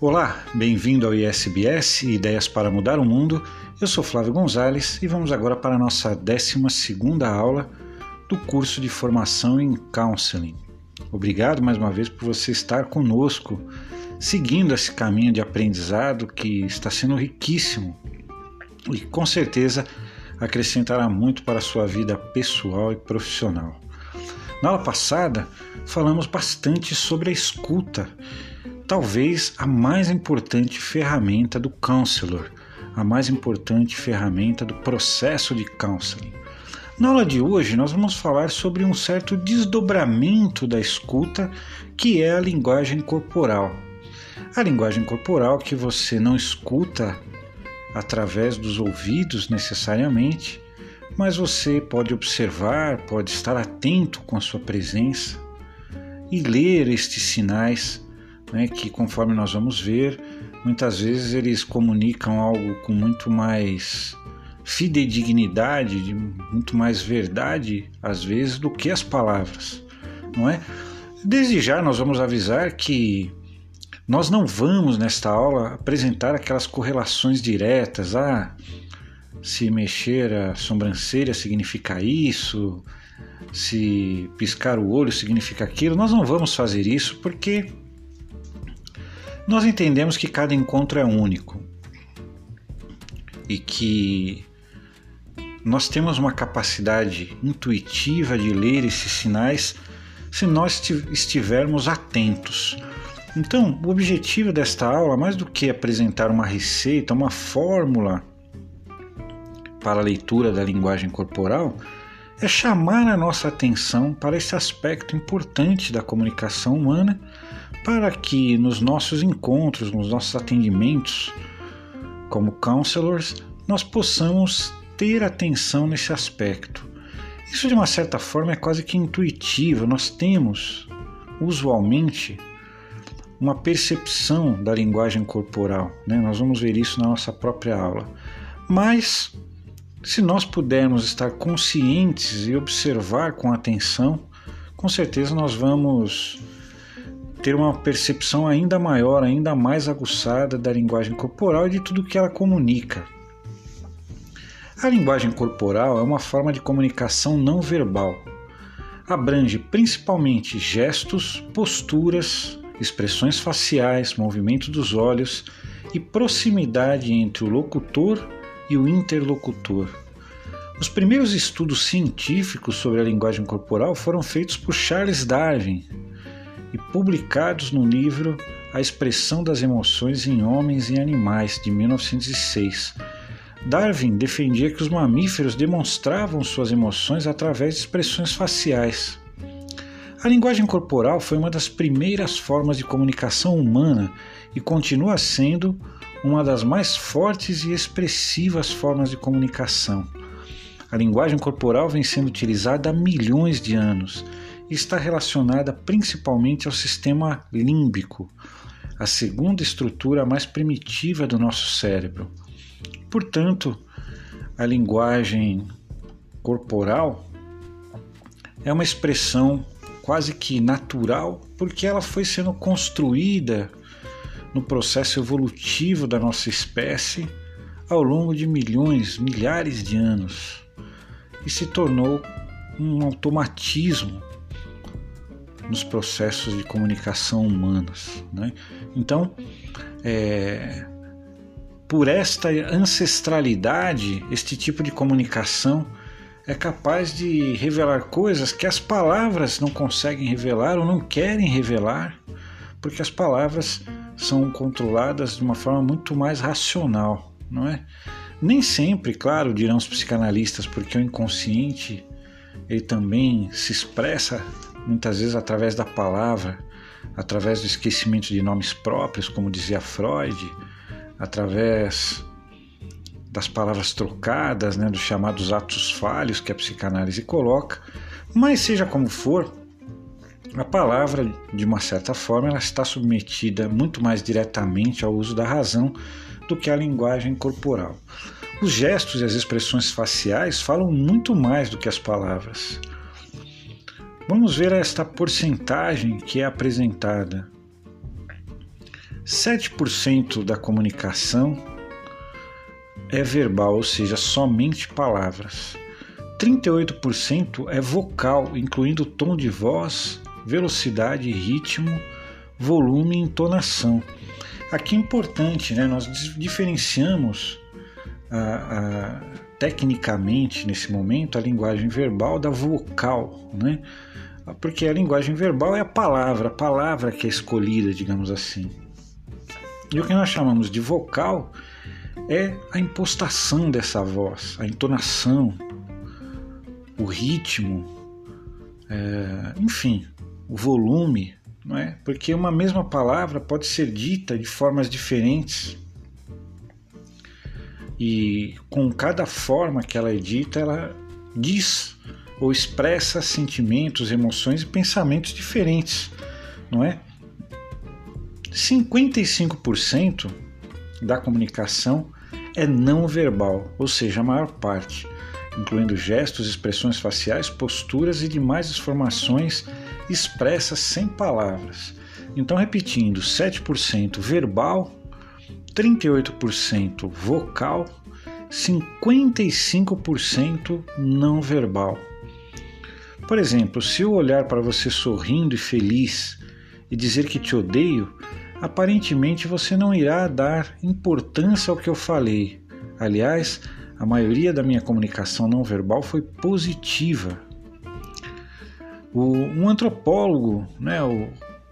Olá, bem-vindo ao ISBS, Ideias para Mudar o Mundo. Eu sou Flávio Gonzalez e vamos agora para a nossa 12ª aula do curso de formação em Counseling. Obrigado mais uma vez por você estar conosco, seguindo esse caminho de aprendizado que está sendo riquíssimo e com certeza acrescentará muito para a sua vida pessoal e profissional. Na aula passada, falamos bastante sobre a escuta, talvez a mais importante ferramenta do counselor, a mais importante ferramenta do processo de counseling. Na aula de hoje, nós vamos falar sobre um certo desdobramento da escuta, que é a linguagem corporal. A linguagem corporal que você não escuta através dos ouvidos necessariamente, mas você pode observar, pode estar atento com a sua presença e ler estes sinais, que conforme nós vamos ver, muitas vezes eles comunicam algo com muito mais fidedignidade, muito mais verdade, às vezes, do que as palavras, não é? Desde já nós vamos avisar que nós não vamos nesta aula apresentar aquelas correlações diretas, se mexer a sobrancelha significa isso, se piscar o olho significa aquilo. Nós não vamos fazer isso porque nós entendemos que cada encontro é único e que nós temos uma capacidade intuitiva de ler esses sinais se nós estivermos atentos. Então, o objetivo desta aula, mais do que apresentar uma receita, uma fórmula para a leitura da linguagem corporal, é chamar a nossa atenção para esse aspecto importante da comunicação humana, para que nos nossos encontros, nos nossos atendimentos como counselors, nós possamos ter atenção nesse aspecto. Isso, de uma certa forma, é quase que intuitivo. Nós temos, usualmente, uma percepção da linguagem corporal, Nós vamos ver isso na nossa própria aula. Mas, se nós pudermos estar conscientes e observar com atenção, com certeza nós vamos ter uma percepção ainda maior, ainda mais aguçada da linguagem corporal e de tudo que ela comunica. A linguagem corporal é uma forma de comunicação não verbal. Abrange principalmente gestos, posturas, expressões faciais, movimento dos olhos e proximidade entre o locutor e o interlocutor. Os primeiros estudos científicos sobre a linguagem corporal foram feitos por Charles Darwin e publicados no livro A Expressão das Emoções em Homens e Animais, de 1906. Darwin defendia que os mamíferos demonstravam suas emoções através de expressões faciais. A linguagem corporal foi uma das primeiras formas de comunicação humana e continua sendo uma das mais fortes e expressivas formas de comunicação. A linguagem corporal vem sendo utilizada há milhões de anos e está relacionada principalmente ao sistema límbico, a segunda estrutura mais primitiva do nosso cérebro. Portanto, a linguagem corporal é uma expressão quase que natural, porque ela foi sendo construída no processo evolutivo da nossa espécie ao longo de milhares de anos e se tornou um automatismo nos processos de comunicação humanos, Então, por esta ancestralidade, este tipo de comunicação é capaz de revelar coisas que as palavras não conseguem revelar ou não querem revelar, porque as palavras são controladas de uma forma muito mais racional, não é? Nem sempre, claro, dirão os psicanalistas, porque o inconsciente ele também se expressa muitas vezes através da palavra, através do esquecimento de nomes próprios, como dizia Freud, através das palavras trocadas, dos chamados atos falhos que a psicanálise coloca. Mas seja como for, a palavra, de uma certa forma, ela está submetida muito mais diretamente ao uso da razão do que a linguagem corporal. Os gestos e as expressões faciais falam muito mais do que as palavras. Vamos ver esta porcentagem que é apresentada. 7% da comunicação é verbal, ou seja, somente palavras. 38% é vocal, incluindo tom de voz, velocidade, ritmo, volume e entonação. Aqui é importante, né? Nós diferenciamos tecnicamente, nesse momento, a linguagem verbal da vocal, né? Porque a linguagem verbal é a palavra que é escolhida, digamos assim. E o que nós chamamos de vocal é a impostação dessa voz, a entonação, o ritmo, enfim, o volume, não é? Porque uma mesma palavra pode ser dita de formas diferentes e com cada forma que ela é dita, ela diz ou expressa sentimentos, emoções e pensamentos diferentes, não é? 55% da comunicação é não verbal, ou seja, a maior parte, incluindo gestos, expressões faciais, posturas e demais informações expressas sem palavras. Então, repetindo, 7% verbal, 38% vocal, 55% não verbal. Por exemplo, se eu olhar para você sorrindo e feliz e dizer que te odeio, aparentemente você não irá dar importância ao que eu falei. Aliás, a maioria da minha comunicação não verbal foi positiva. Um antropólogo, né, o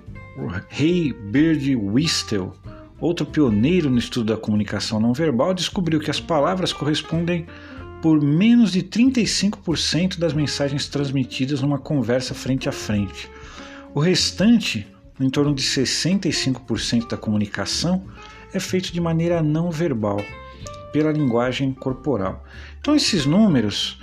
Ray Birdwhistell, outro pioneiro no estudo da comunicação não verbal, descobriu que as palavras correspondem por menos de 35% das mensagens transmitidas numa conversa frente a frente. O restante, em torno de 65% da comunicação, é feito de maneira não verbal, pela linguagem corporal. Então esses números,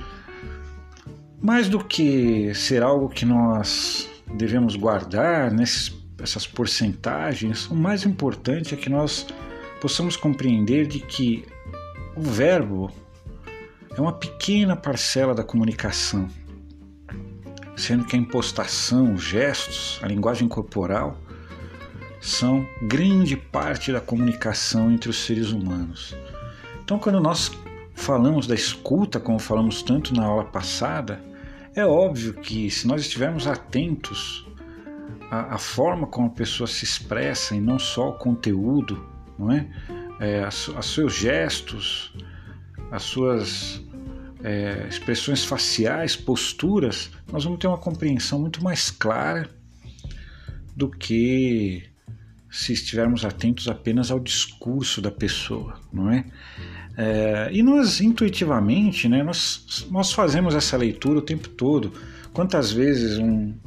mais do que ser algo que nós devemos guardar, essas porcentagens, o mais importante é que nós possamos compreender de que o verbo é uma pequena parcela da comunicação, sendo que a impostação, os gestos, a linguagem corporal são grande parte da comunicação entre os seres humanos. Então, quando nós falamos da escuta, como falamos tanto na aula passada, é óbvio que se nós estivermos atentos à forma como a pessoa se expressa e não só o conteúdo, não é? Aos seus gestos, as suas expressões faciais, posturas, nós vamos ter uma compreensão muito mais clara do que se estivermos atentos apenas ao discurso da pessoa, não é? E nós intuitivamente, né, nós fazemos essa leitura o tempo todo. Quantas vezes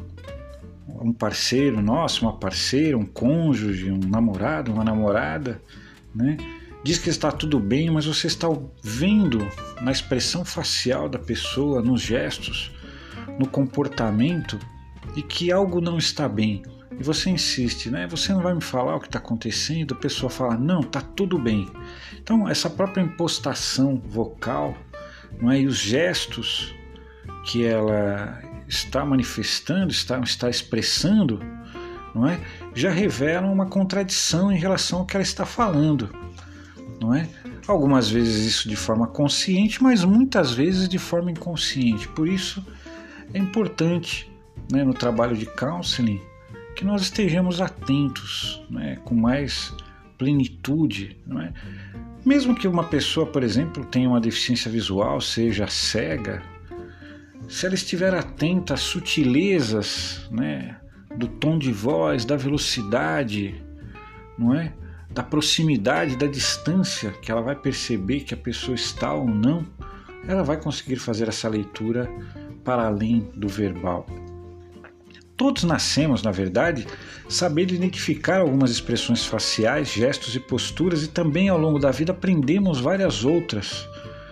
um parceiro nosso, uma parceira, um cônjuge, um namorado, uma namorada, né, diz que está tudo bem, mas você está vendo na expressão facial da pessoa, nos gestos, no comportamento, e que algo não está bem. E você insiste, né? Você não vai me falar o que está acontecendo? A pessoa fala, não, está tudo bem. Então, essa própria impostação vocal, não é? E os gestos que ela está manifestando, está expressando, não é? Já revelam uma contradição em relação ao que ela está falando, não é? Algumas vezes isso de forma consciente, mas muitas vezes de forma inconsciente. Por isso é importante, né, no trabalho de counseling, que nós estejamos atentos, né, com mais plenitude, não é? Mesmo que uma pessoa, por exemplo, tenha uma deficiência visual, seja cega, se ela estiver atenta às sutilezas, né, do tom de voz, da velocidade, não é? Da proximidade, da distância, que ela vai perceber que a pessoa está ou não, ela vai conseguir fazer essa leitura para além do verbal. Todos nascemos, na verdade, sabendo identificar algumas expressões faciais, gestos e posturas, e também ao longo da vida aprendemos várias outras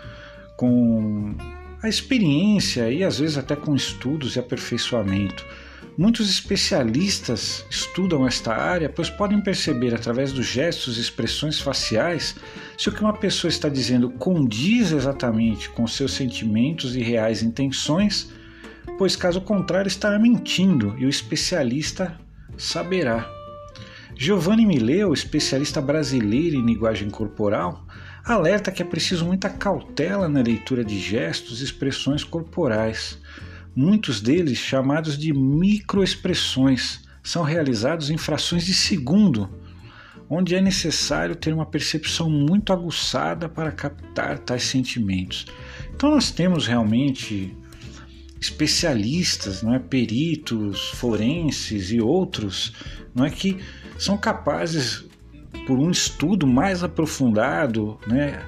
com a experiência e às vezes até com estudos e aperfeiçoamento. Muitos especialistas estudam esta área, pois podem perceber através dos gestos e expressões faciais se o que uma pessoa está dizendo condiz exatamente com seus sentimentos e reais intenções, pois caso contrário estará mentindo e o especialista saberá. Giovanni Mileu, especialista brasileiro em linguagem corporal, alerta que é preciso muita cautela na leitura de gestos e expressões corporais. Muitos deles, chamados de microexpressões, são realizados em frações de segundo, onde é necessário ter uma percepção muito aguçada para captar tais sentimentos. Então nós temos realmente especialistas, não é, peritos, forenses e outros, não é, que são capazes, por um estudo mais aprofundado, né,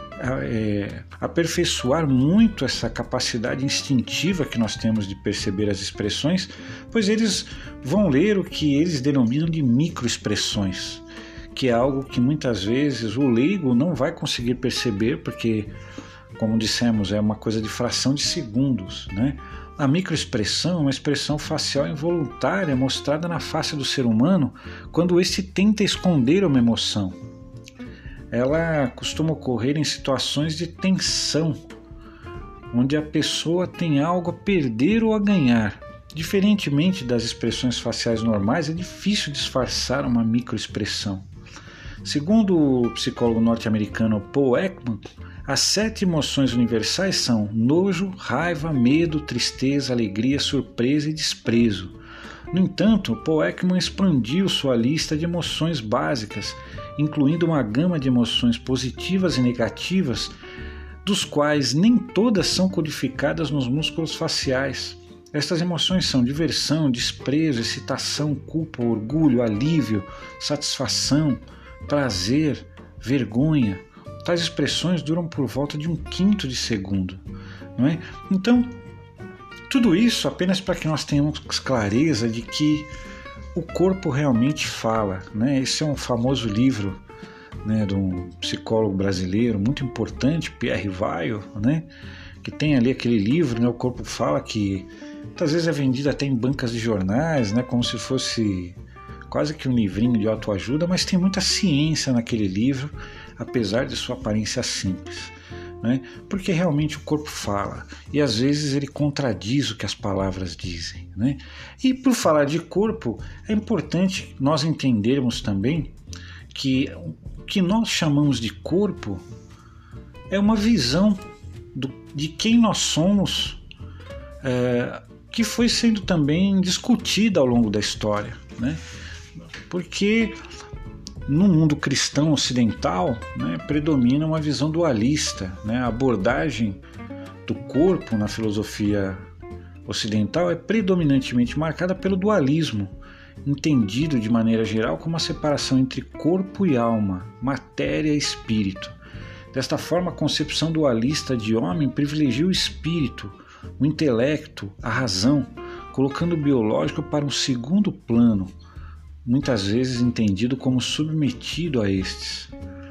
aperfeiçoar muito essa capacidade instintiva que nós temos de perceber as expressões, pois eles vão ler o que eles denominam de microexpressões, que é algo que muitas vezes o leigo não vai conseguir perceber, porque, como dissemos, é uma coisa de fração de segundos, né? A microexpressão é uma expressão facial involuntária mostrada na face do ser humano quando este tenta esconder uma emoção. Ela costuma ocorrer em situações de tensão, onde a pessoa tem algo a perder ou a ganhar. Diferentemente das expressões faciais normais, é difícil disfarçar uma microexpressão. Segundo o psicólogo norte-americano Paul Ekman, as 7 emoções universais são nojo, raiva, medo, tristeza, alegria, surpresa e desprezo. No entanto, Paul Ekman expandiu sua lista de emoções básicas, incluindo uma gama de emoções positivas e negativas, dos quais nem todas são codificadas nos músculos faciais. Estas emoções são diversão, desprezo, excitação, culpa, orgulho, alívio, satisfação, prazer, vergonha. Tais expressões duram por volta de 1/5 de segundo, não é? Então, tudo isso apenas para que nós tenhamos clareza de que o corpo realmente fala, né? Esse é um famoso livro, né, de um psicólogo brasileiro muito importante, Pierre Weil, né, que tem ali aquele livro, né, O Corpo Fala, que muitas vezes é vendido até em bancas de jornais, né, como se fosse quase que um livrinho de autoajuda, mas tem muita ciência naquele livro, apesar de sua aparência simples, né? Porque realmente o corpo fala e às vezes ele contradiz o que as palavras dizem, né? E por falar de corpo, é importante nós entendermos também que o que nós chamamos de corpo é uma visão de quem nós somos, que foi sendo também discutida ao longo da história, né? Porque no mundo cristão ocidental, né, predomina uma visão dualista, né? A abordagem do corpo na filosofia ocidental é predominantemente marcada pelo dualismo, entendido de maneira geral como a separação entre corpo e alma, matéria e espírito. Desta forma, a concepção dualista de homem privilegia o espírito, o intelecto, a razão, colocando o biológico para um segundo plano, muitas vezes entendido como submetido a estes.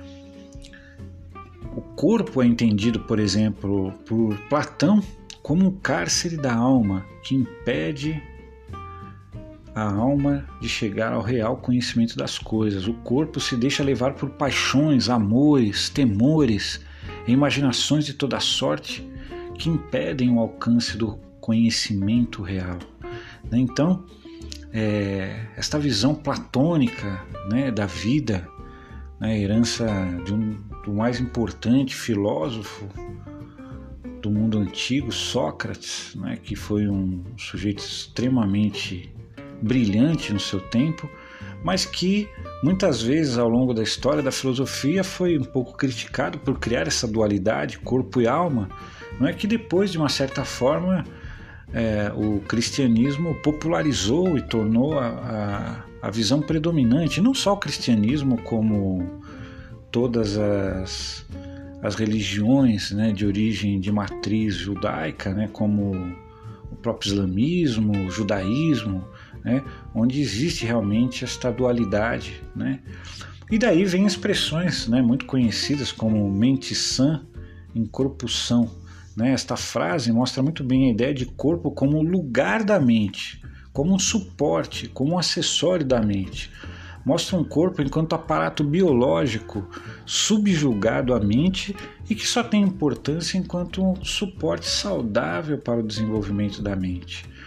O corpo é entendido, por exemplo, por Platão como um cárcere da alma que impede a alma de chegar ao real conhecimento das coisas. O corpo se deixa levar por paixões, amores, temores e imaginações de toda sorte que impedem o alcance do conhecimento real. Então, esta visão platônica, né, da vida, né, herança do mais importante filósofo do mundo antigo, Sócrates, né, que foi um sujeito extremamente brilhante no seu tempo, mas que muitas vezes ao longo da história da filosofia foi um pouco criticado por criar essa dualidade, corpo e alma, não é, que depois, de uma certa forma, o cristianismo popularizou e tornou a visão predominante, não só o cristianismo, como todas as religiões, né, de origem de matriz judaica, né, como o próprio islamismo, o judaísmo, né, onde existe realmente esta dualidade, né? E daí vem expressões, né, muito conhecidas como mente sã em corpo são. Esta frase mostra muito bem a ideia de corpo como lugar da mente, como um suporte, como um acessório da mente. Mostra um corpo enquanto aparato biológico subjugado à mente e que só tem importância enquanto um suporte saudável para o desenvolvimento da mente.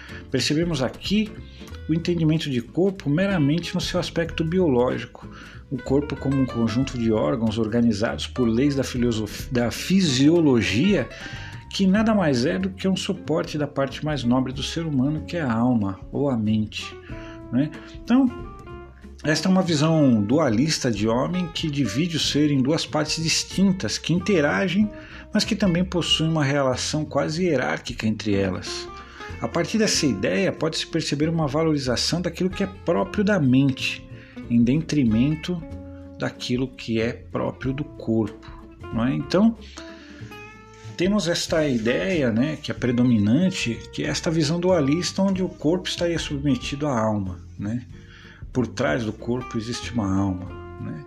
Percebemos aqui o entendimento de corpo meramente no seu aspecto biológico, o corpo como um conjunto de órgãos organizados por leis da fisiologia, que nada mais é do que um suporte da parte mais nobre do ser humano, que é a alma ou a mente, né? Então, esta é uma visão dualista de homem que divide o ser em duas partes distintas, que interagem, mas que também possuem uma relação quase hierárquica entre elas. A partir dessa ideia, pode-se perceber uma valorização daquilo que é próprio da mente, em detrimento daquilo que é próprio do corpo, não é? Então, temos esta ideia, né, que é predominante, que é esta visão dualista onde o corpo estaria submetido à alma, né? Por trás do corpo existe uma alma, né?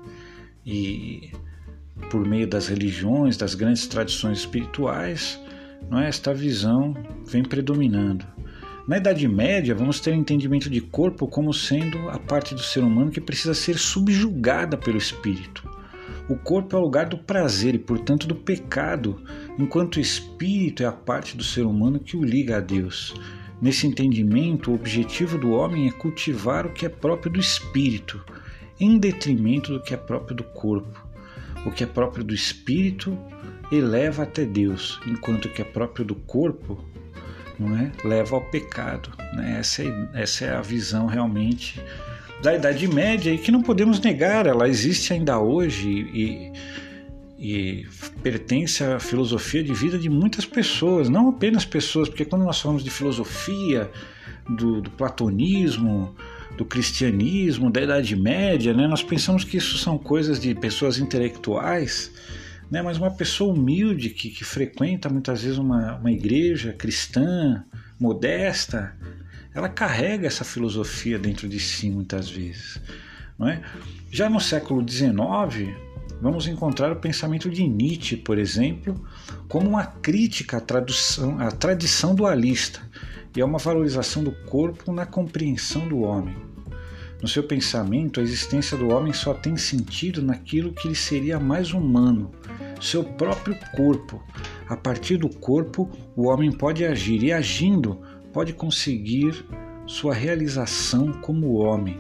E por meio das religiões, das grandes tradições espirituais, não é? Esta visão vem predominando. Na Idade Média, vamos ter o entendimento de corpo como sendo a parte do ser humano que precisa ser subjugada pelo espírito. O corpo é o lugar do prazer e, portanto, do pecado, enquanto o espírito é a parte do ser humano que o liga a Deus. Nesse entendimento, o objetivo do homem é cultivar o que é próprio do espírito, em detrimento do que é próprio do corpo. O que é próprio do espírito eleva até Deus, enquanto o que é próprio do corpo, não é, leva ao pecado, né? Essa é a visão realmente da Idade Média, e que não podemos negar, ela existe ainda hoje e pertence à filosofia de vida de muitas pessoas, não apenas pessoas, porque quando nós falamos de filosofia, do platonismo, do cristianismo, da Idade Média, né, nós pensamos que isso são coisas de pessoas intelectuais, né, mas uma pessoa humilde que frequenta muitas vezes uma igreja cristã, modesta, ela carrega essa filosofia dentro de si muitas vezes, não é? Já no século XIX, vamos encontrar o pensamento de Nietzsche, por exemplo, como uma crítica à tradição dualista e a uma valorização do corpo na compreensão do homem. No seu pensamento, a existência do homem só tem sentido naquilo que lhe seria mais humano, seu próprio corpo. A partir do corpo, o homem pode agir e, agindo, pode conseguir sua realização como homem.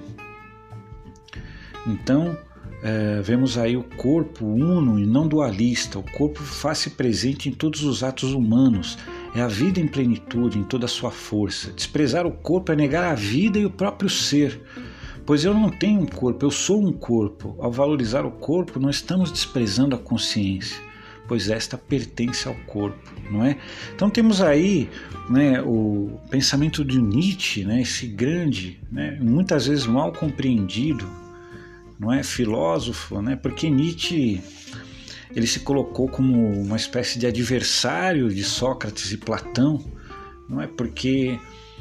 Então, vemos aí o corpo uno e não dualista. O corpo faz-se presente em todos os atos humanos. É a vida em plenitude, em toda a sua força. Desprezar o corpo é negar a vida e o próprio ser. Pois eu não tenho um corpo, eu sou um corpo. Ao valorizar o corpo, não estamos desprezando a consciência, pois esta pertence ao corpo, não é? Então temos aí, né, o pensamento de Nietzsche, né, esse grande, né, muitas vezes mal compreendido, não é, filósofo, né, porque Nietzsche ele se colocou como uma espécie de adversário de Sócrates e Platão, não é? Porque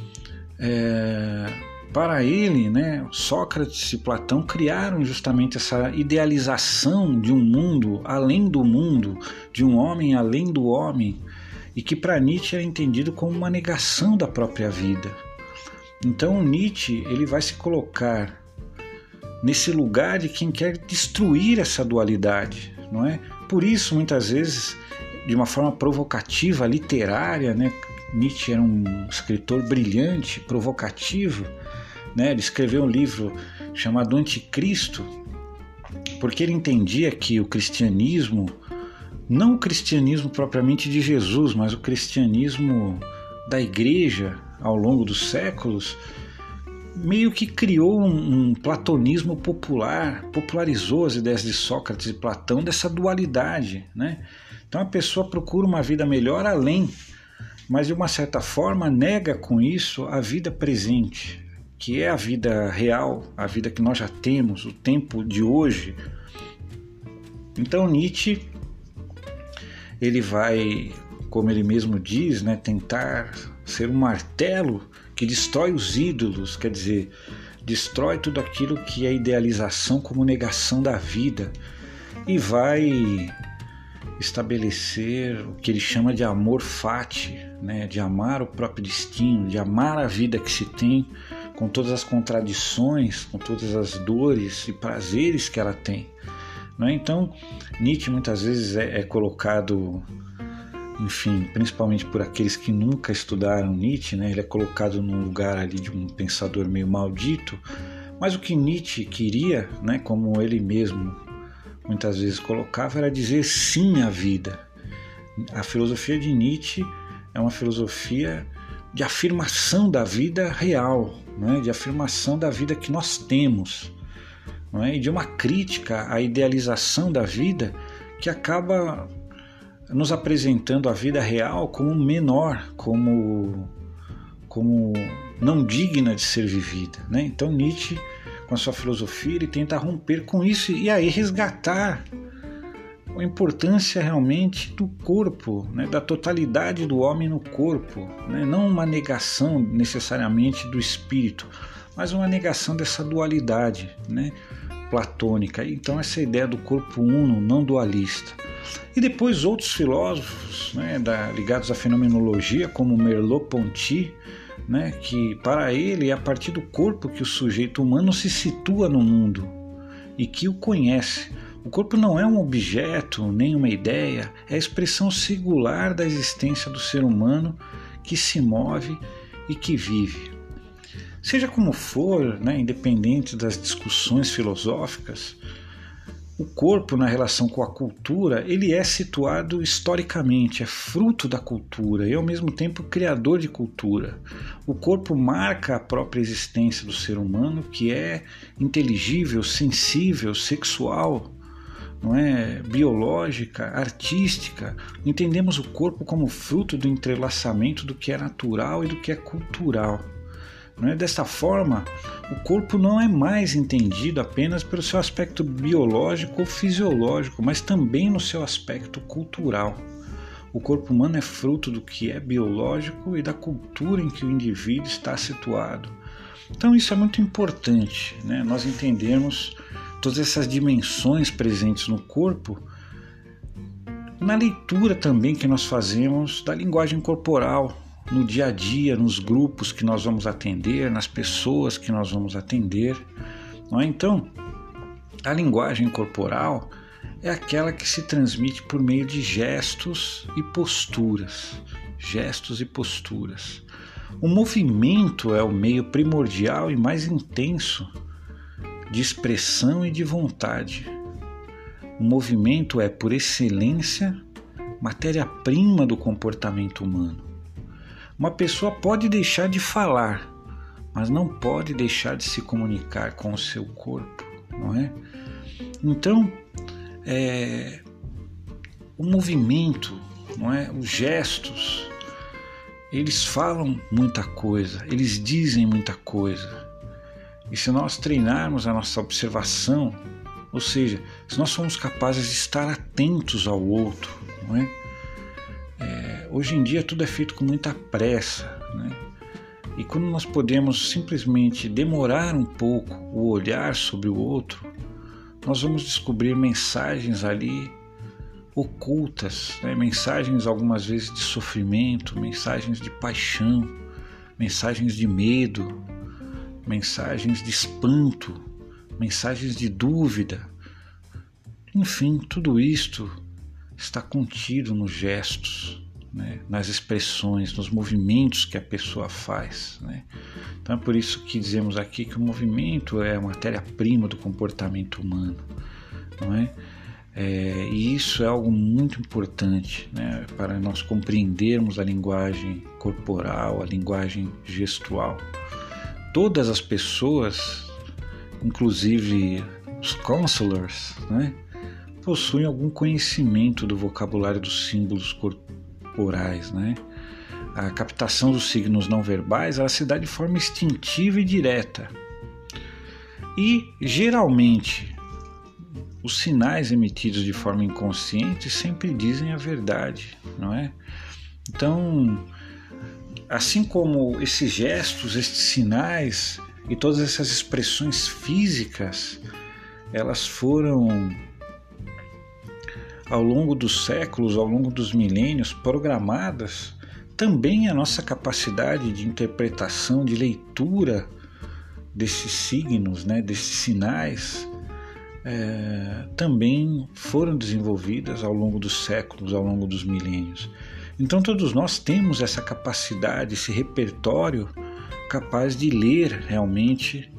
para ele, né, Sócrates e Platão criaram justamente essa idealização de um mundo além do mundo, de um homem além do homem, e que para Nietzsche era entendido como uma negação da própria vida. Então Nietzsche ele vai se colocar nesse lugar de quem quer destruir essa dualidade, não é? Por isso, muitas vezes, de uma forma provocativa, literária, né, Nietzsche era um escritor brilhante, provocativo, né? Ele escreveu um livro chamado Anticristo, porque ele entendia que o cristianismo, não o cristianismo propriamente de Jesus, mas o cristianismo da igreja ao longo dos séculos, meio que criou um platonismo popular, popularizou as ideias de Sócrates e Platão dessa dualidade, né? Então a pessoa procura uma vida melhor além, mas de uma certa forma nega com isso a vida presente, que é a vida real, a vida que nós já temos, o tempo de hoje. Então Nietzsche, ele vai, como ele mesmo diz, né, tentar ser um martelo que destrói os ídolos, quer dizer, destrói tudo aquilo que é idealização como negação da vida, e vai estabelecer o que ele chama de amor fati, né, de amar o próprio destino, de amar a vida que se tem, com todas as contradições, com todas as dores e prazeres que ela tem, não é? Então Nietzsche muitas vezes é colocado enfim, principalmente por aqueles que nunca estudaram Nietzsche, né? Ele é colocado num lugar ali de um pensador meio maldito, mas o que Nietzsche queria, né, como ele mesmo muitas vezes colocava, era dizer sim à vida. A filosofia de Nietzsche é uma filosofia de afirmação da vida real, né, de afirmação da vida que nós temos, não é? E de uma crítica à idealização da vida que acaba nos apresentando a vida real como menor, como não digna de ser vivida, né? Então Nietzsche, com a sua filosofia, ele tenta romper com isso e aí resgatar a importância realmente do corpo, né? Da totalidade do homem no corpo, né? Não uma negação necessariamente do espírito, mas uma negação dessa dualidade, né, platônica. Então essa ideia do corpo uno, não dualista. E depois outros filósofos, né, ligados à fenomenologia, como Merleau-Ponty, né, que para ele é a partir do corpo que o sujeito humano se situa no mundo e que o conhece. O corpo não é um objeto, nem uma ideia, é a expressão singular da existência do ser humano que se move e que vive. Seja como for, né, independente das discussões filosóficas, o corpo na relação com a cultura, ele é situado historicamente, é fruto da cultura e ao mesmo tempo criador de cultura. O corpo marca a própria existência do ser humano, que é inteligível, sensível, sexual, não é? Biológica, artística. Entendemos o corpo como fruto do entrelaçamento do que é natural e do que é cultural. Desta forma, o corpo não é mais entendido apenas pelo seu aspecto biológico ou fisiológico, mas também no seu aspecto cultural. O corpo humano é fruto do que é biológico e da cultura em que o indivíduo está situado. Então isso é muito importante, né? Nós entendermos todas essas dimensões presentes no corpo na leitura também que nós fazemos da linguagem corporal, no dia a dia, nos grupos que nós vamos atender, nas pessoas que nós vamos atender, não é? Então, a linguagem corporal é aquela que se transmite por meio de gestos e posturas. Gestos e posturas. O movimento é o meio primordial e mais intenso de expressão e de vontade. O movimento é, por excelência, matéria-prima do comportamento humano. Uma pessoa pode deixar de falar, mas não pode deixar de se comunicar com o seu corpo, não é? Então, o movimento, não é? Os gestos, eles falam muita coisa, eles dizem muita coisa. E se nós treinarmos a nossa observação, ou seja, se nós somos capazes de estar atentos ao outro, não é? Hoje em dia tudo é feito com muita pressa, né? E quando nós podemos simplesmente demorar um pouco o olhar sobre o outro, nós vamos descobrir mensagens ali ocultas, né? Mensagens algumas vezes de sofrimento, mensagens de paixão, mensagens de medo, mensagens de espanto, mensagens de dúvida. Enfim, tudo isto está contido nos gestos, né, nas expressões, nos movimentos que a pessoa faz, né? Então é por isso que dizemos aqui que o movimento é a matéria-prima do comportamento humano, não é? E isso é algo muito importante, né, para nós compreendermos a linguagem corporal, a linguagem gestual. Todas as pessoas, inclusive os counselors, né, possuem algum conhecimento do vocabulário dos símbolos corporais, né? A captação dos signos não verbais, ela se dá de forma instintiva e direta. E, geralmente, os sinais emitidos de forma inconsciente sempre dizem a verdade, não é? Então, assim como esses gestos, esses sinais e todas essas expressões físicas, elas foram, ao longo dos séculos, ao longo dos milênios, programadas, também a nossa capacidade de interpretação, de leitura desses signos, né, desses sinais, também foram desenvolvidas ao longo dos séculos, ao longo dos milênios. Então todos nós temos essa capacidade, esse repertório capaz de ler realmente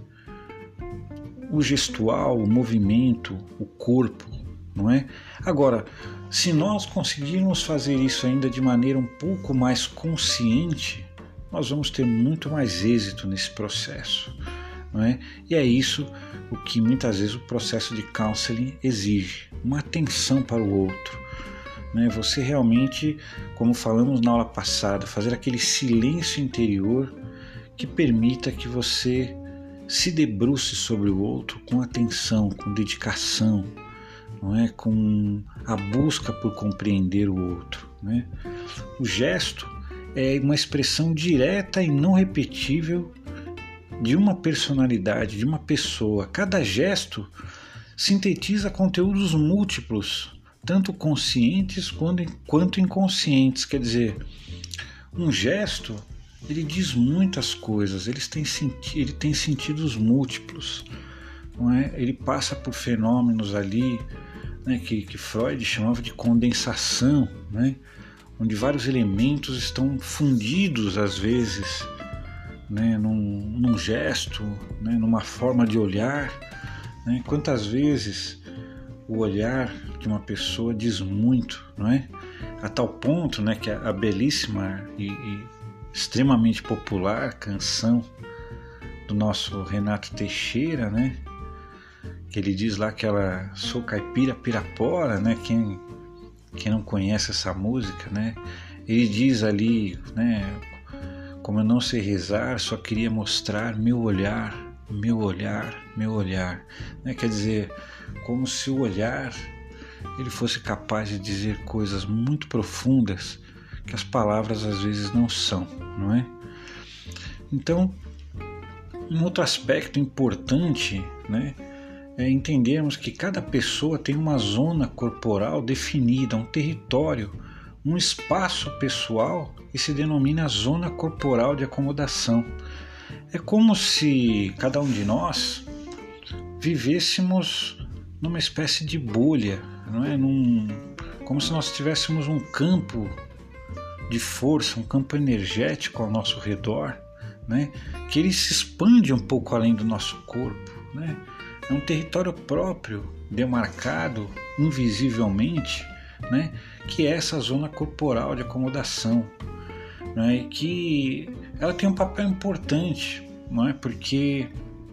o gestual, o movimento, o corpo, não é? Agora, se nós conseguirmos fazer isso ainda de maneira um pouco mais consciente, nós vamos ter muito mais êxito nesse processo, não é? E é isso o que muitas vezes o processo de counseling exige, uma atenção para o outro, né? Você realmente, como falamos na aula passada, fazer aquele silêncio interior que permita que você se debruce sobre o outro com atenção, com dedicação, não é? Com a busca por compreender o outro, né? O gesto é uma expressão direta e não repetível de uma personalidade, de uma pessoa. Cada gesto sintetiza conteúdos múltiplos, tanto conscientes quanto inconscientes. Quer dizer, um gesto, ele diz muitas coisas, ele tem sentidos múltiplos, não é? Ele passa por fenômenos ali, né, que Freud chamava de condensação, né, onde vários elementos estão fundidos às vezes, né, num gesto, né, numa forma de olhar, né? Quantas vezes o olhar de uma pessoa diz muito, não é? A tal ponto, né, que a belíssima e extremamente popular canção do nosso Renato Teixeira, né, que ele diz lá que ela sou caipira pirapora, né? Quem não conhece essa música, né? Ele diz ali, né? Como eu não sei rezar, só queria mostrar meu olhar, meu olhar, meu olhar, né? Quer dizer, como se o olhar ele fosse capaz de dizer coisas muito profundas que as palavras às vezes não são, não é? Então, um outro aspecto importante, né, é entendermos que cada pessoa tem uma zona corporal definida, um território, um espaço pessoal que se denomina zona corporal de acomodação. É como se cada um de nós vivêssemos numa espécie de bolha, não é? Como se nós tivéssemos um campo de força, um campo energético ao nosso redor, né? Que ele se expande um pouco além do nosso corpo, né? É um território próprio, demarcado invisivelmente, né? Que é essa zona corporal de acomodação, né? E que ela tem um papel importante, não é? Porque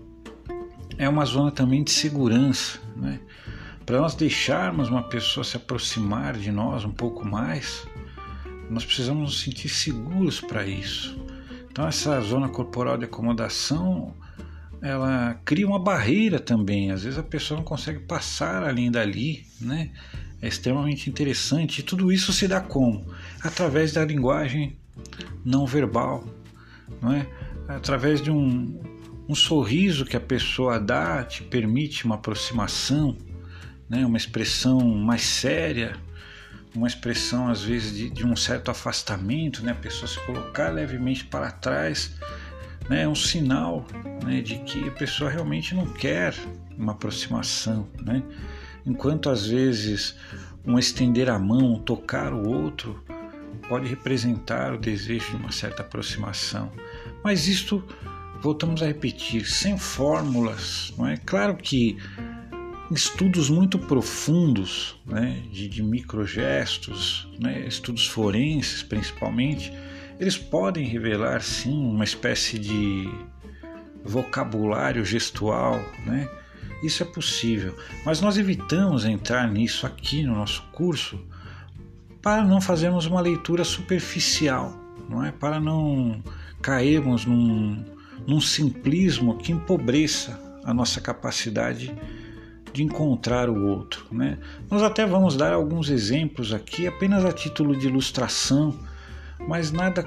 é uma zona também de segurança, né? Para nós deixarmos uma pessoa se aproximar de nós um pouco mais, nós precisamos nos sentir seguros para isso. Então essa zona corporal de acomodação, ela cria uma barreira também. Às vezes a pessoa não consegue passar além dali, né? É extremamente interessante. E tudo isso se dá como? Através da linguagem não verbal, não é? Através de um sorriso que a pessoa dá, te permite uma aproximação, né? Uma expressão mais séria, uma expressão às vezes de um certo afastamento, né? A pessoa se colocar levemente para trás, né? É um sinal, né, de que a pessoa realmente não quer uma aproximação, né? Enquanto às vezes um estender a mão, um tocar o outro pode representar o desejo de uma certa aproximação. Mas isto, voltamos a repetir, sem fórmulas, não é? Claro que estudos muito profundos, né, de microgestos, né, estudos forenses principalmente, eles podem revelar sim uma espécie de vocabulário gestual, né? Isso é possível, mas nós evitamos entrar nisso aqui no nosso curso para não fazermos uma leitura superficial, não é? Para não cairmos num simplismo que empobreça a nossa capacidade de encontrar o outro, né? Nós até vamos dar alguns exemplos aqui, apenas a título de ilustração, mas nada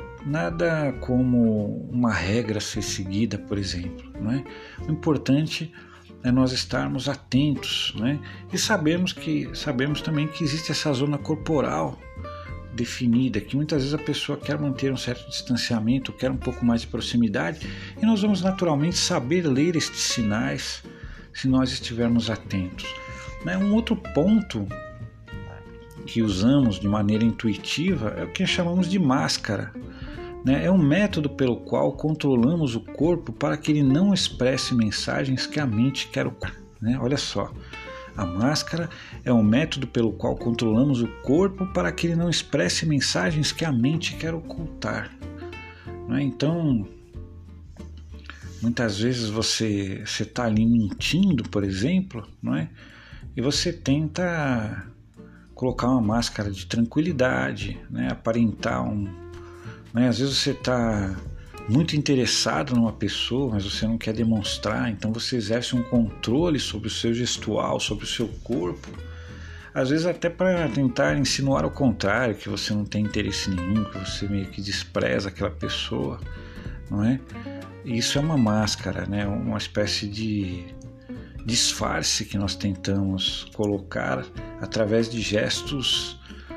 como uma regra a ser seguida, por exemplo, né? O importante é nós estarmos atentos, né? E sabemos também que existe essa zona corporal definida, que muitas vezes a pessoa quer manter um certo distanciamento, quer um pouco mais de proximidade, e nós vamos naturalmente saber ler estes sinais se nós estivermos atentos. Um outro ponto que usamos de maneira intuitiva é o que chamamos de máscara, né? É um método pelo qual controlamos o corpo para que ele não expresse mensagens que a mente quer ocultar, né? Olha só, a máscara é um método pelo qual controlamos o corpo para que ele não expresse mensagens que a mente quer ocultar, né? Então, muitas vezes você está ali mentindo, por exemplo, não é? E você tenta colocar uma máscara de tranquilidade, né? Aparentar né? Às vezes você está muito interessado numa pessoa, mas você não quer demonstrar, então você exerce um controle sobre o seu gestual, sobre o seu corpo, às vezes até para tentar insinuar o contrário, que você não tem interesse nenhum, que você meio que despreza aquela pessoa, não é? Isso é uma máscara, né? Uma espécie de disfarce que nós tentamos colocar através de gestos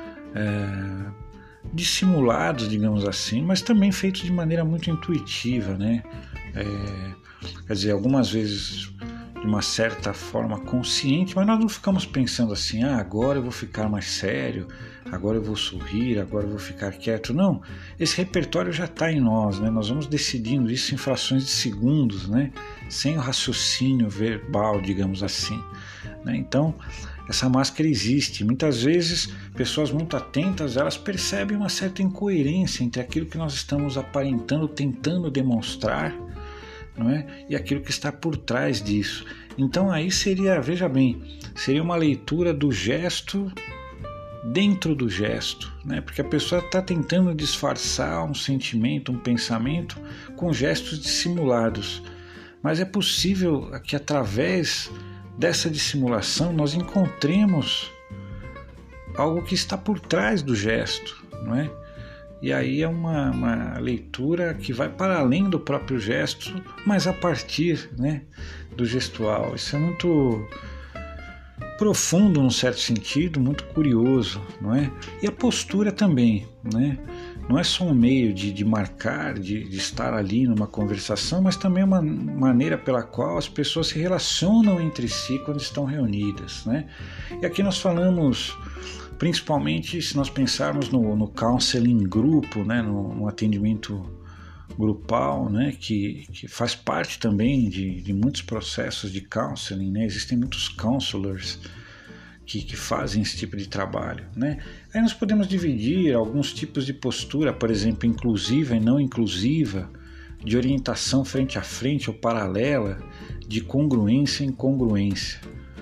dissimulados, digamos assim, mas também feitos de maneira muito intuitiva, né? Quer dizer, algumas vezes de uma certa forma consciente, mas nós não ficamos pensando assim, agora eu vou ficar mais sério, agora eu vou sorrir, agora eu vou ficar quieto. Não, esse repertório já está em nós, né? Nós vamos decidindo isso em frações de segundos, né? Sem o raciocínio verbal, digamos assim, né? Então, essa máscara existe. Muitas vezes, pessoas muito atentas, elas percebem uma certa incoerência entre aquilo que nós estamos aparentando, tentando demonstrar, não é? E aquilo que está por trás disso. Então aí seria, veja bem, seria uma leitura do gesto dentro do gesto, né? Porque a pessoa está tentando disfarçar um sentimento, um pensamento com gestos dissimulados. Mas é possível que através dessa dissimulação nós encontremos algo que está por trás do gesto, não é? E aí é uma leitura que vai para além do próprio gesto, mas a partir, né, do gestual. Isso é muito profundo num certo sentido, muito curioso, não é? E a postura também, né? Não é só um meio de marcar, de estar ali numa conversação, mas também uma maneira pela qual as pessoas se relacionam entre si quando estão reunidas, né? E aqui nós falamos, principalmente se nós pensarmos no counseling grupo, né? No atendimento grupal, né? Que faz parte também de muitos processos de counseling, né? Existem muitos counselors que fazem esse tipo de trabalho, né? Aí nós podemos dividir alguns tipos de postura, por exemplo, inclusiva e não inclusiva, de orientação frente a frente ou paralela, de congruência e incongruência.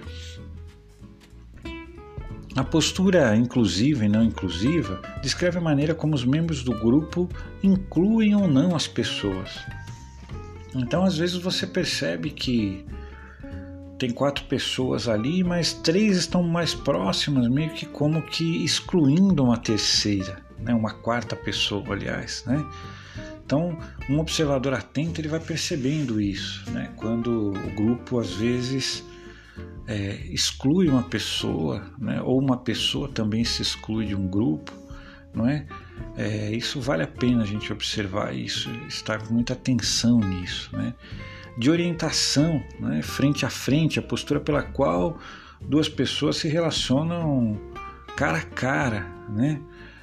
A postura inclusiva e não inclusiva descreve a maneira como os membros do grupo incluem ou não as pessoas. Então, às vezes você percebe que tem 4 pessoas ali, mas 3 estão mais próximas, meio que como que excluindo uma terceira, né? Uma quarta pessoa, aliás, né? Então, um observador atento ele vai percebendo isso, né? Quando o grupo às vezes exclui uma pessoa, né? Ou uma pessoa também se exclui de um grupo, não é? Isso vale a pena a gente observar isso, estar com muita atenção nisso, né? De orientação, né, frente a frente, a postura pela qual 2 pessoas se relacionam cara a cara, né?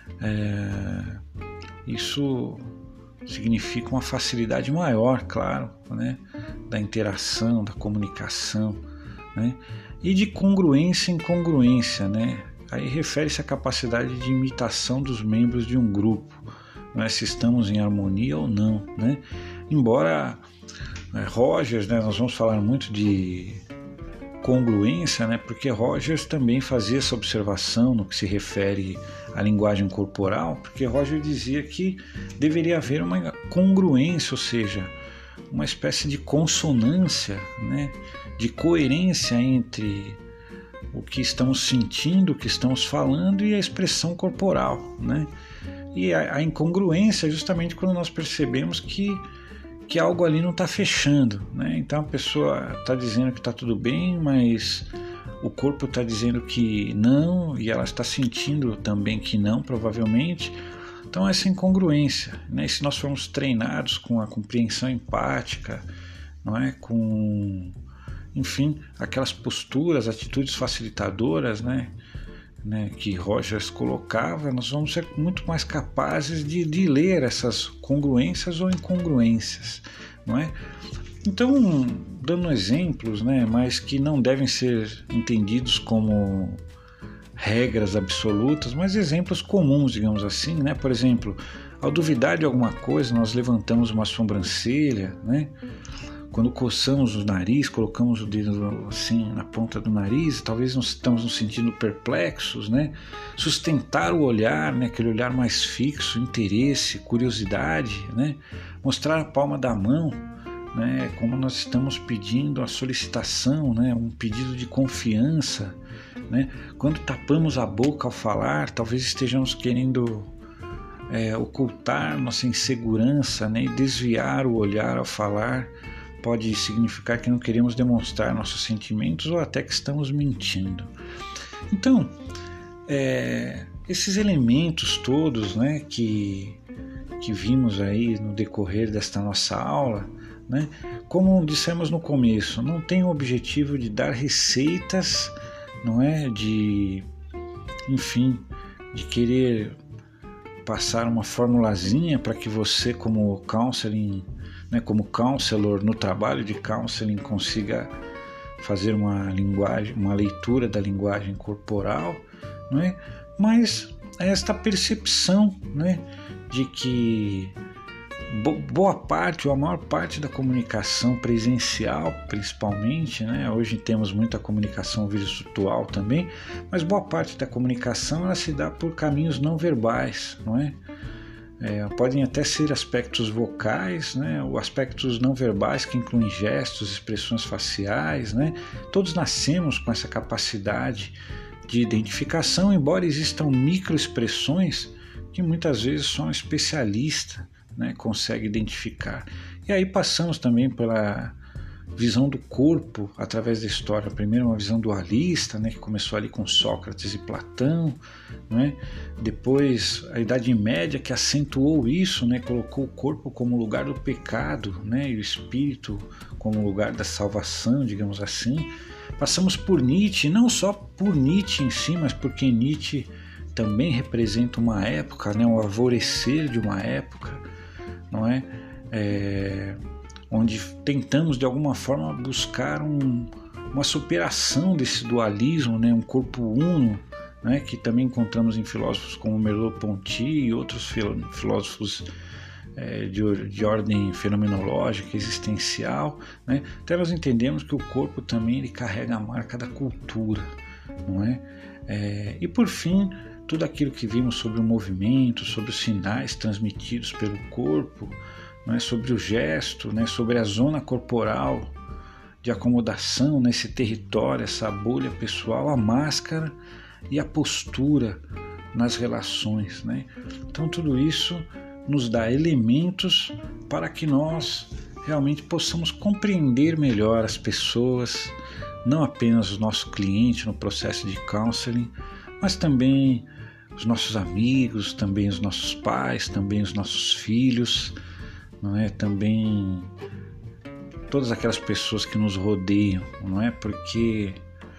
Isso significa uma facilidade maior, claro, né, da interação, da comunicação, né? E de congruência e incongruência, né? Aí refere-se à capacidade de imitação dos membros de um grupo, né, se estamos em harmonia ou não, né? Embora Rogers, né, nós vamos falar muito de congruência, né, porque Rogers também fazia essa observação no que se refere à linguagem corporal, porque Rogers dizia que deveria haver uma congruência, ou seja, uma espécie de consonância, né, de coerência entre o que estamos sentindo, o que estamos falando e a expressão corporal, né? E a incongruência é justamente quando nós percebemos que algo ali não está fechando, né? Então a pessoa está dizendo que está tudo bem, mas o corpo está dizendo que não, e ela está sentindo também que não, provavelmente. Então essa incongruência, né? E se nós formos treinados com a compreensão empática, não é? Com, enfim, aquelas posturas, atitudes facilitadoras, né? né, que Rogers colocava, nós vamos ser muito mais capazes de ler essas congruências ou incongruências, não é? Então, dando exemplos, né, mas que não devem ser entendidos como regras absolutas, mas exemplos comuns, digamos assim, né? Por exemplo, ao duvidar de alguma coisa, nós levantamos uma sobrancelha, né? Quando coçamos o nariz, colocamos o dedo assim na ponta do nariz, talvez nós estamos nos sentindo perplexos, né? Sustentar o olhar, né? Aquele olhar mais fixo, interesse, curiosidade, né? Mostrar a palma da mão, né? Como nós estamos pedindo a solicitação, né? Um pedido de confiança, né? Quando tapamos a boca ao falar, talvez estejamos querendo ocultar nossa insegurança, né? E desviar o olhar ao falar. Pode significar que não queremos demonstrar nossos sentimentos ou até que estamos mentindo. Então, esses elementos todos, né, que vimos aí no decorrer desta nossa aula, né, como dissemos no começo, não tem o objetivo de dar receitas, não é, de querer passar uma formulazinha para que você, como counseling, né, como counselor no trabalho de counseling, consiga fazer uma leitura da linguagem corporal, não é? Mas esta percepção, né, de que boa parte ou a maior parte da comunicação presencial, principalmente, né, hoje temos muita comunicação virtual também, mas boa parte da comunicação ela se dá por caminhos não verbais, não é? Podem até ser aspectos vocais, né, ou aspectos não verbais que incluem gestos, expressões faciais, né? Todos nascemos com essa capacidade de identificação, embora existam microexpressões que muitas vezes só um especialista, né, consegue identificar. E aí passamos também pela visão do corpo através da história. Primeiro uma visão dualista, né, que começou ali com Sócrates e Platão, né? Depois a Idade Média, que acentuou isso, né, colocou o corpo como lugar do pecado, né, e o espírito como lugar da salvação, digamos assim. Passamos por Nietzsche, não só por Nietzsche em si, mas porque Nietzsche também representa uma época, né, o alvorecer de uma época, não é? Onde tentamos de alguma forma buscar uma superação desse dualismo, né? Um corpo uno, né? Que também encontramos em filósofos como Merleau-Ponty e outros filósofos de ordem fenomenológica, existencial, né? Então nós entendemos que o corpo também ele carrega a marca da cultura, não é? E por fim, tudo aquilo que vimos sobre o movimento, sobre os sinais transmitidos pelo corpo, né, sobre o gesto, né, sobre a zona corporal de acomodação nesse território, essa bolha pessoal, a máscara e a postura nas relações, né? Então tudo isso nos dá elementos para que nós realmente possamos compreender melhor as pessoas, não apenas o nosso cliente no processo de counseling, mas também os nossos amigos, também os nossos pais, também os nossos filhos, não é? Também todas aquelas pessoas que nos rodeiam, não é? Porque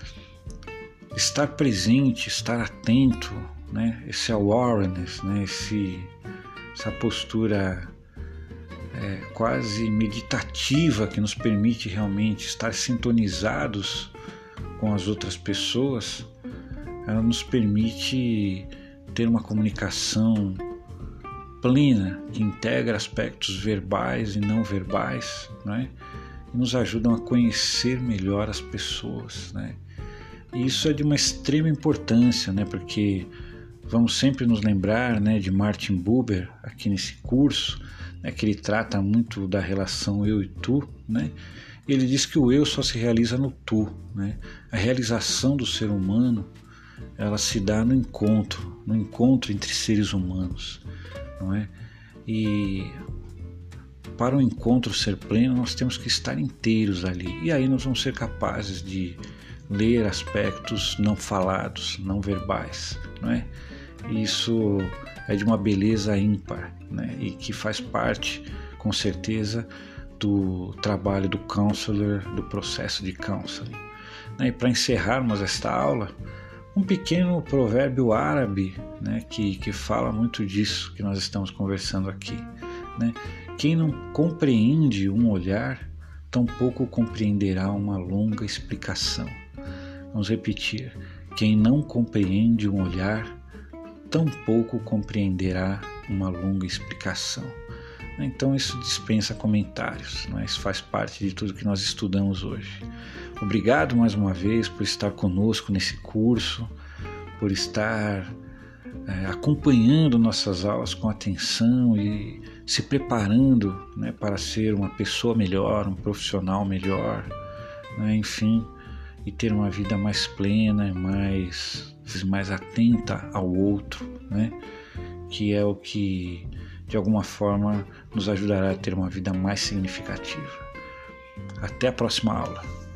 estar presente, estar atento, né? Esse awareness, né? Essa postura quase meditativa que nos permite realmente estar sintonizados com as outras pessoas, ela nos permite ter uma comunicação plena, que integra aspectos verbais e não verbais, né? E nos ajudam a conhecer melhor as pessoas, né? E isso é de uma extrema importância, né? Porque vamos sempre nos lembrar, né, de Martin Buber aqui nesse curso, né, que ele trata muito da relação eu e tu, né? Ele diz que o eu só se realiza no tu, né? A realização do ser humano ela se dá no encontro entre seres humanos, não é? E para o encontro ser pleno, nós temos que estar inteiros ali. E aí nós vamos ser capazes de ler aspectos não falados, não verbais, não é? Isso é de uma beleza ímpar, né? E que faz parte, com certeza, do trabalho do counselor, do processo de counseling. E para encerrarmos esta aula, um pequeno provérbio árabe, né, que fala muito disso que nós estamos conversando aqui, né? Quem não compreende um olhar, tampouco compreenderá uma longa explicação. Vamos repetir. Quem não compreende um olhar, tampouco compreenderá uma longa explicação. Então isso dispensa comentários, né? Isso faz parte de tudo que nós estudamos hoje. Obrigado mais uma vez por estar conosco nesse curso, por estar acompanhando nossas aulas com atenção e se preparando, né, para ser uma pessoa melhor, um profissional melhor, né, enfim, e ter uma vida mais plena, mais atenta ao outro, né, que é o que de alguma forma nos ajudará a ter uma vida mais significativa. Até a próxima aula.